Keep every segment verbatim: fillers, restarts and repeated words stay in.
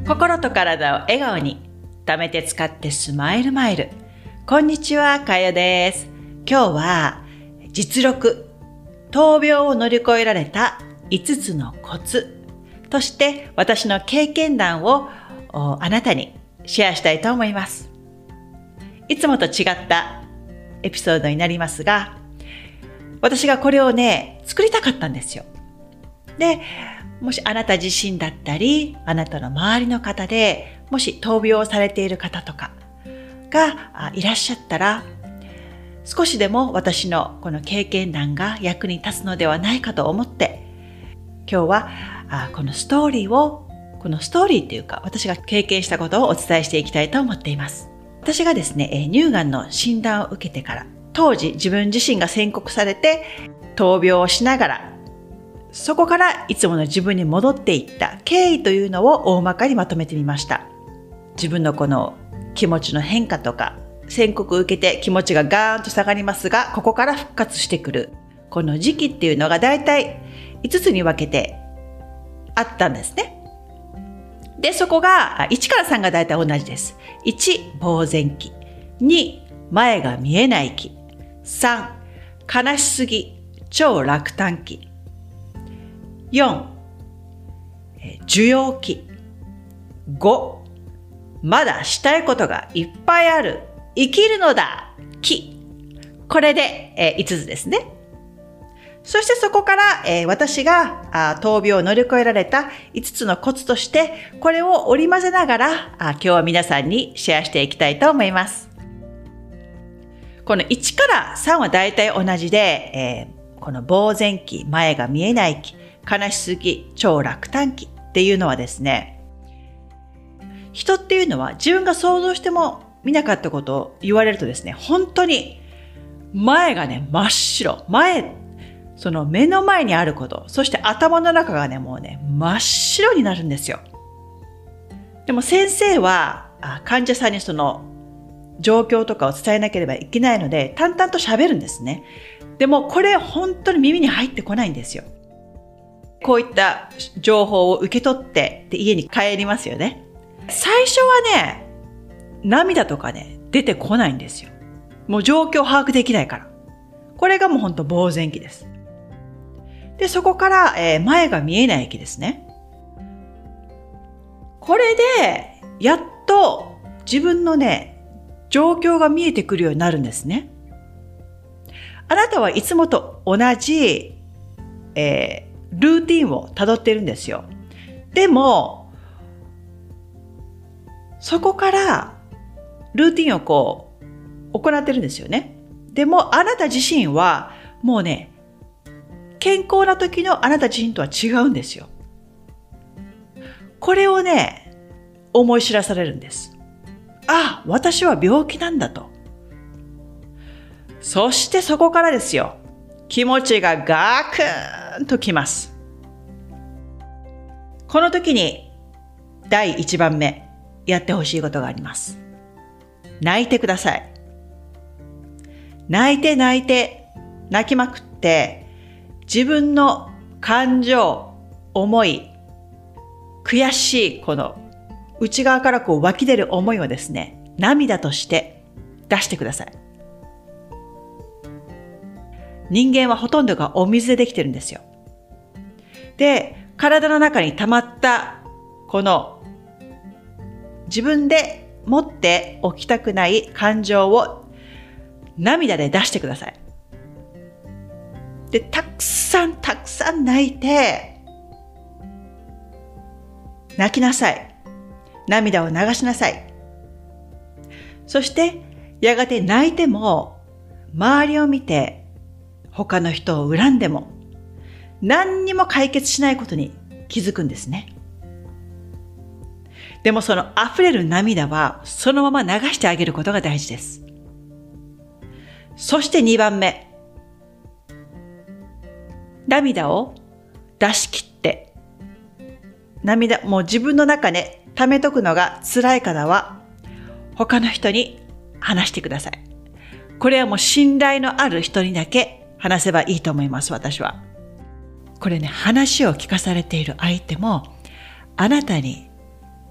心と体を笑顔に、貯めて使ってスマイルマイル。こんにちは、かよです。今日は実録、闘病を乗り越えられたいつつのコツとして私の経験談をあなたにシェアしたいと思います。いつもと違ったエピソードになりますが、私がこれをね、作りたかったんですよ。で、もしあなた自身だったり、あなたの周りの方で、もし闘病をされている方とかがいらっしゃったら、少しでも私のこの経験談が役に立つのではないかと思って、今日はこのストーリーを、このストーリーっていうか、私が経験したことをお伝えしていきたいと思っています。私がですね、乳がんの診断を受けてから、当時自分自身が宣告されて、闘病をしながら、そこからいつもの自分に戻っていった経緯というのを大まかにまとめてみました。自分のこの気持ちの変化とか、宣告を受けて気持ちがガーンと下がりますが、ここから復活してくる。この時期っていうのがだいたいいつつに分けてあったんですね。で、そこがいちからさんがだいたい同じです。いち、呆然期。に、前が見えない期。さん、悲しすぎ、超落胆期。よん、受容期。ご、まだしたいことがいっぱいある。生きるのだ。期。これで、えー、いつつですね。そしてそこから、えー、私があ闘病を乗り越えられたいつつのコツとして、これを織り交ぜながらあ今日は皆さんにシェアしていきたいと思います。このいちからさんはだいたい同じで、えー、この呆然期、前が見えない期、悲しすぎ、超落胆期っていうのはですね、人っていうのは自分が想像しても見なかったことを言われるとですね、本当に前がね、真っ白。前、その目の前にあること、そして頭の中がね、もうね、真っ白になるんですよ。でも先生は患者さんにその状況とかを伝えなければいけないので、淡々と喋るんですね。でもこれ本当に耳に入ってこないんですよ。こういった情報を受け取ってで家に帰りますよね。最初はね、涙とかね、出てこないんですよ。もう状況把握できないから。これがもう本当呆然期です。で、そこから、えー、前が見えない期ですね。これで、やっと自分のね、状況が見えてくるようになるんですね。あなたはいつもと同じ、えールーティンを辿っているんですよ。でも、そこからルーティンをこう行ってるんですよね。でもあなた自身はもうね、健康な時のあなた自身とは違うんですよ。これをね、思い知らされるんです。あ、私は病気なんだと。そしてそこからですよ。気持ちがガクーンときます。この時にだいいちばんめやってほしいことがあります。泣いてください。泣いて泣いて泣きまくって自分の感情、思い、悔しいこの内側からこう湧き出る思いをですね、涙として出してください。人間はほとんどがお水でできてるんですよ。で、体の中に溜まったこの自分で持っておきたくない感情を涙で出してください。で、たくさんたくさん泣いて、泣きなさい。涙を流しなさい。そして、やがて泣いても、周りを見て、他の人を恨んでも何にも解決しないことに気づくんですね。でもその溢れる涙はそのまま流してあげることが大事です。そしてにばんめ、涙を出し切って、涙、もう自分の中で溜めとくのが辛い方は他の人に話してください。これはもう信頼のある人にだけ話せばいいと思います、私は。これね、話を聞かされている相手も、あなたに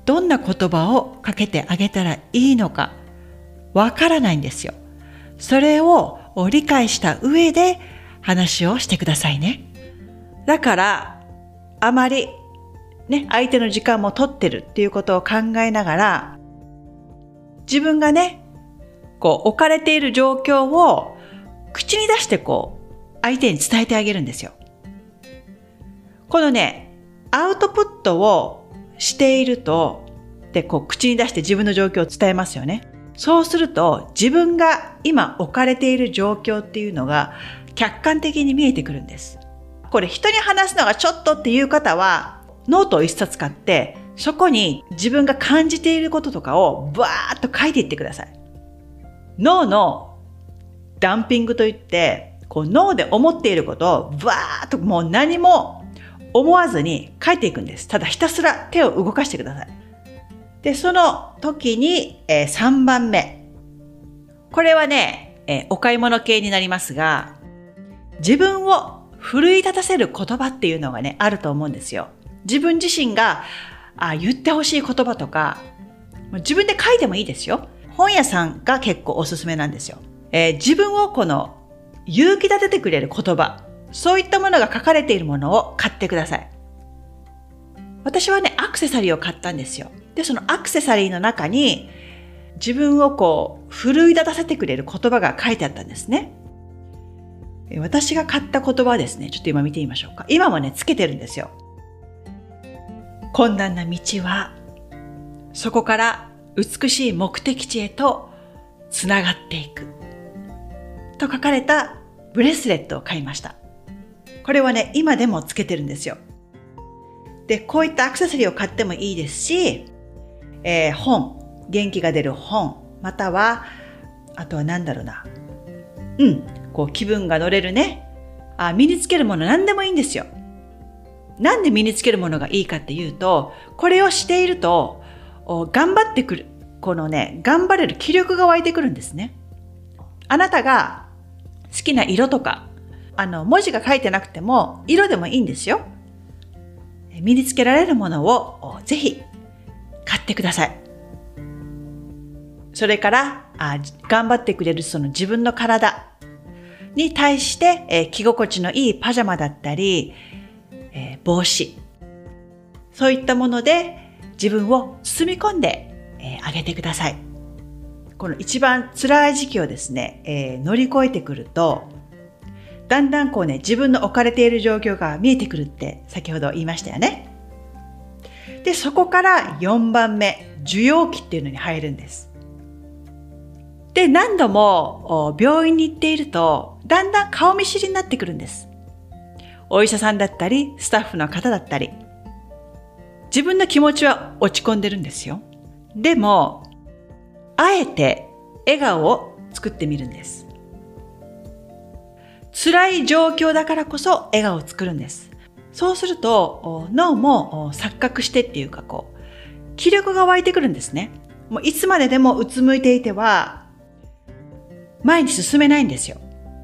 どんな言葉をかけてあげたらいいのかわからないんですよ。それを理解した上で話をしてくださいね。だからあまりね、相手の時間も取ってるっていうことを考えながら、自分がね、こう置かれている状況を口に出してこう相手に伝えてあげるんですよ。このね、アウトプットをしていると、でこう口に出して自分の状況を伝えますよね。そうすると自分が今置かれている状況っていうのが客観的に見えてくるんです。これ人に話すのがちょっとっていう方はノートを一冊買ってそこに自分が感じていることとかをバーッと書いていってください。脳のダンピングといってこう脳で思っていることをバーッともう何も思わずに書いていくんです。ただひたすら手を動かしてください。で、その時に、えー、さんばんめ。これはね、えー、お買い物系になりますが、自分を奮い立たせる言葉っていうのがね、あると思うんですよ。自分自身があ言ってほしい言葉とか、自分で書いてもいいですよ。本屋さんが結構おすすめなんですよ。えー、自分をこの勇気立ててくれる言葉、そういったものが書かれているものを買ってください。私はね、アクセサリーを買ったんですよ。で、そのアクセサリーの中に自分をこう奮い立たせてくれる言葉が書いてあったんですね。私が買った言葉はですね、ちょっと今見てみましょうか。今もね、つけてるんですよ。困難な道はそこから美しい目的地へとつながっていくと書かれたブレスレットを買いました。これはね、今でもつけてるんですよ。で、こういったアクセサリーを買ってもいいですし、えー、本、元気が出る本、またはあとは何だろうな、うん、こう気分が乗れるね、あ、身につけるもの何でもいいんですよ。なんで身につけるものがいいかっていうと、これをしていると頑張ってくる、このね、頑張れる気力が湧いてくるんですね。あなたが好きな色とか、あの文字が書いてなくても色でもいいんですよ。身につけられるものをぜひ買ってください。それからあ頑張ってくれるその自分の体に対して、えー、着心地のいいパジャマだったり、えー、帽子、そういったもので自分を包み込んで、えー、あげてください。この一番辛い時期をですね、えー、乗り越えてくると、だんだんこうね、自分の置かれている状況が見えてくるって先ほど言いましたよね。で、そこからよんばんめ、受容期っていうのに入るんです。で、何度も病院に行っていると、だんだん顔見知りになってくるんです。お医者さんだったり、スタッフの方だったり、自分の気持ちは落ち込んでるんですよ。でも、あえて笑顔を作ってみるんです。辛い状況だからこそ笑顔を作るんです。そうすると脳も錯覚してっていうかこう気力が湧いてくるんですね。もういつまででもうつむいていては前に進めないんですよ。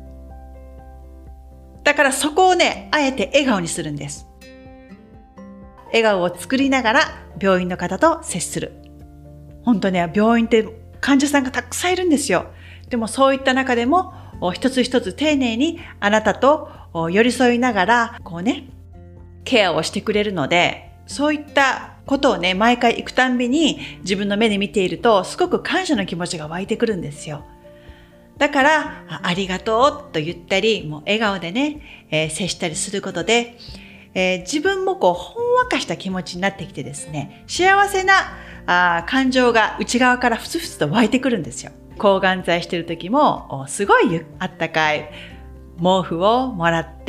だからそこをね、あえて笑顔にするんです。笑顔を作りながら病院の方と接する。本当ね、病院って患者さんがたくさんいるんですよ。でもそういった中でも一つ一つ丁寧にあなたと寄り添いながらこうね、ケアをしてくれるので、そういったことをね、毎回行くたんびに自分の目で見ているとすごく感謝の気持ちが湧いてくるんですよ。だから あ, ありがとうと言ったり、もう笑顔でね、えー、接したりすることで、えー、自分もこうほんわかした気持ちになってきてですね、幸せなあ感情が内側からふつふつと湧いてくるんですよ。抗がん剤してる時もすごいあったかい毛布をもらって、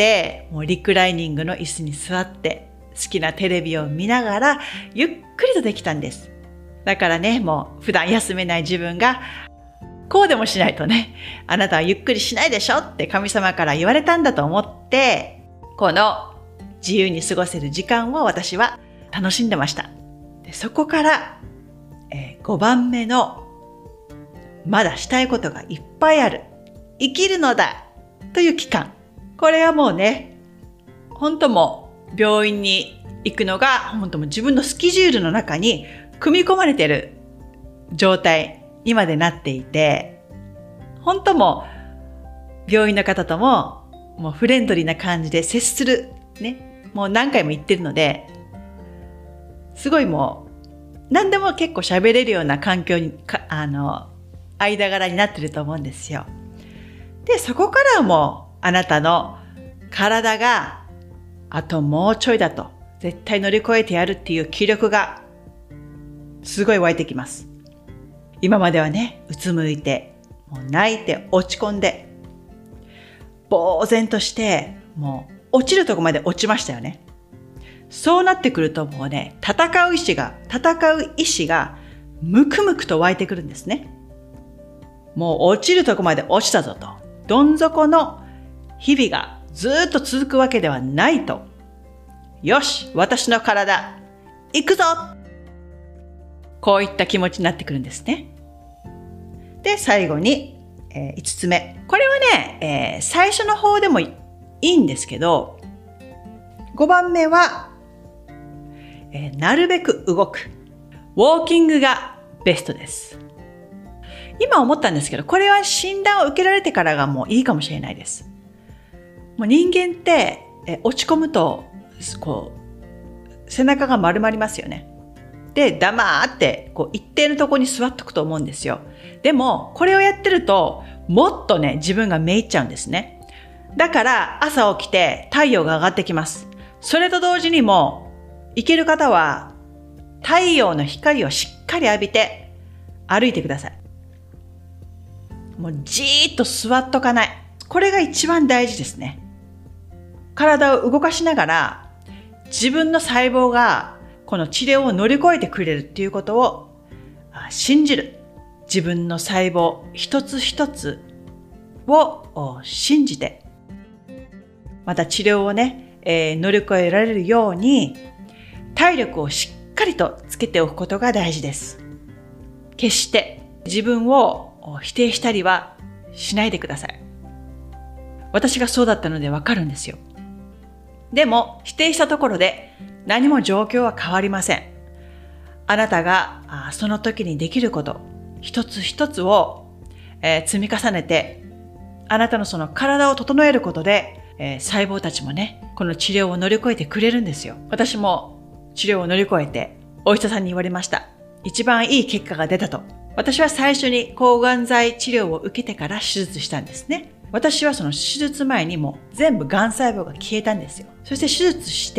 もうリクライニングの椅子に座って好きなテレビを見ながらゆっくりとできたんです。だからね、もう普段休めない自分がこうでもしないとね、あなたはゆっくりしないでしょって神様から言われたんだと思って、この自由に過ごせる時間を私は楽しんでました。でそこから、えー、ごばんめのまだしたいことがいっぱいある、生きるのだという期間。これはもうね、本当もう病院に行くのが本当も自分のスケジュールの中に組み込まれてる状態にまでなっていて、本当もう病院の方とももうフレンドリーな感じで接するね、もう何回も言ってるので、すごいもう何でも結構喋れるような環境にかあの間柄になってると思うんですよ。で、そこからはもうあなたの体があともうちょいだと絶対乗り越えてやるっていう気力がすごい湧いてきます。今まではね、うつむいて、もう泣いて落ち込んで、呆然として、もう落ちるとこまで落ちましたよね。そうなってくるともうね、戦う意志が、戦う意志がむくむくと湧いてくるんですね。もう落ちるとこまで落ちたぞと。どん底の日々がずっと続くわけではないと。よし、私の体、行くぞ！こういった気持ちになってくるんですね。で、最後に、えー、いつつめ。これはね、えー、最初の方でもいいんですけど、ごばんめは、えー、なるべく動く。ウォーキングがベストです。今思ったんですけど、これは診断を受けられてからがもういいかもしれないです。もう人間って、えー、落ち込むと、こう、背中が丸まりますよね。で、黙って、こう、一定のところに座っとくと思うんですよ。でも、これをやってると、もっとね、自分がめいっちゃうんですね。だから、朝起きて太陽が上がってきます。それと同時にも、行ける方は、太陽の光をしっかり浴びて、歩いてください。もう、じーっと座っとかない。これが一番大事ですね。体を動かしながら、自分の細胞が、この治療を乗り越えてくれるっていうことを信じる。自分の細胞一つ一つを信じて、また治療をね、えー、乗り越えられるように体力をしっかりとつけておくことが大事です。決して自分を否定したりはしないでください。私がそうだったのでわかるんですよ。でも否定したところで何も状況は変わりません。あなたがその時にできること一つ一つを、えー、積み重ねて、あなたのその体を整えることで、えー、細胞たちもね、この治療を乗り越えてくれるんですよ。私も治療を乗り越えてお医者さんに言われました。一番いい結果が出たと。私は最初に抗がん剤治療を受けてから手術したんですね。私はその手術前にも全部がん細胞が消えたんですよ。そして手術して、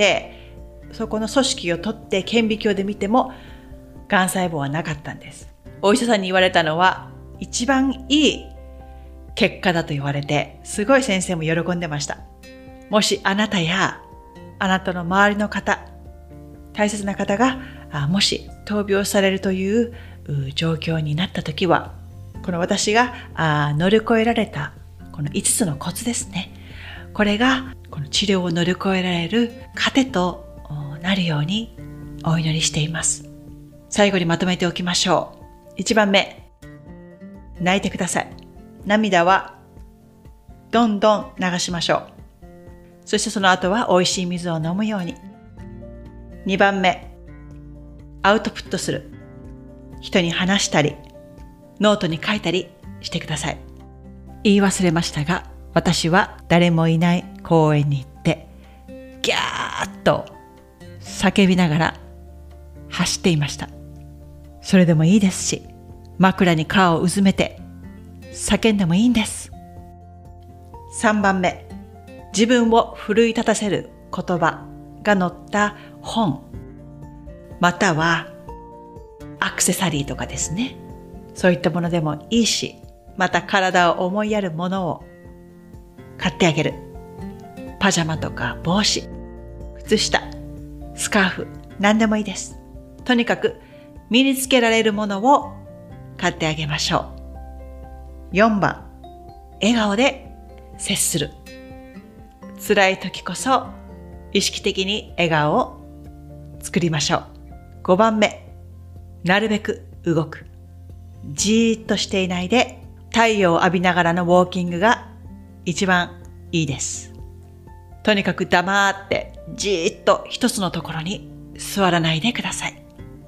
そこの組織を取って顕微鏡で見ても、がん細胞はなかったんです。お医者さんに言われたのは、一番いい結果だと言われて、すごい先生も喜んでました。もしあなたや、あなたの周りの方、大切な方が、もし闘病されるという状況になったときは、この私が乗り越えられたこのいつつのコツですね。これがこの治療を乗り越えられる糧となるようにお祈りしています。最後にまとめておきましょう。いちばんめ、泣いてください。涙はどんどん流しましょう。そしてその後は美味しい水を飲むように。にばんめ、アウトプットする。人に話したり、ノートに書いたりしてください。言い忘れましたが、私は誰もいない公園に行って、ギャーッと叫びながら走っていました。それでもいいですし、枕に顔をうずめて叫んでもいいんです。さんばんめ、自分を奮い立たせる言葉が載った本、またはアクセサリーとかですね。そういったものでもいいし、また体を思いやるものを買ってあげる。パジャマとか帽子、靴下、スカーフ、何でもいいです。とにかく身につけられるものを買ってあげましょう。よんばん、笑顔で接する。辛い時こそ意識的に笑顔を作りましょう。ごばんめ、なるべく動く。じーっとしていないで太陽を浴びながらのウォーキングが一番いいです。とにかく黙ってじーっと一つのところに座らないでください。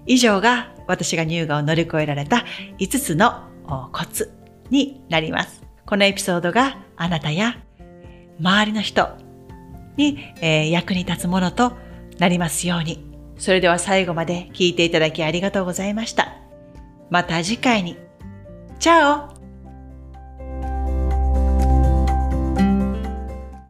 以上が私が乳がんを乗り越えられたいつつのコツになります。このエピソードがあなたや周りの人に、えー、役に立つものとなりますように。それでは最後まで聞いていただきありがとうございました。また次回に。チャオ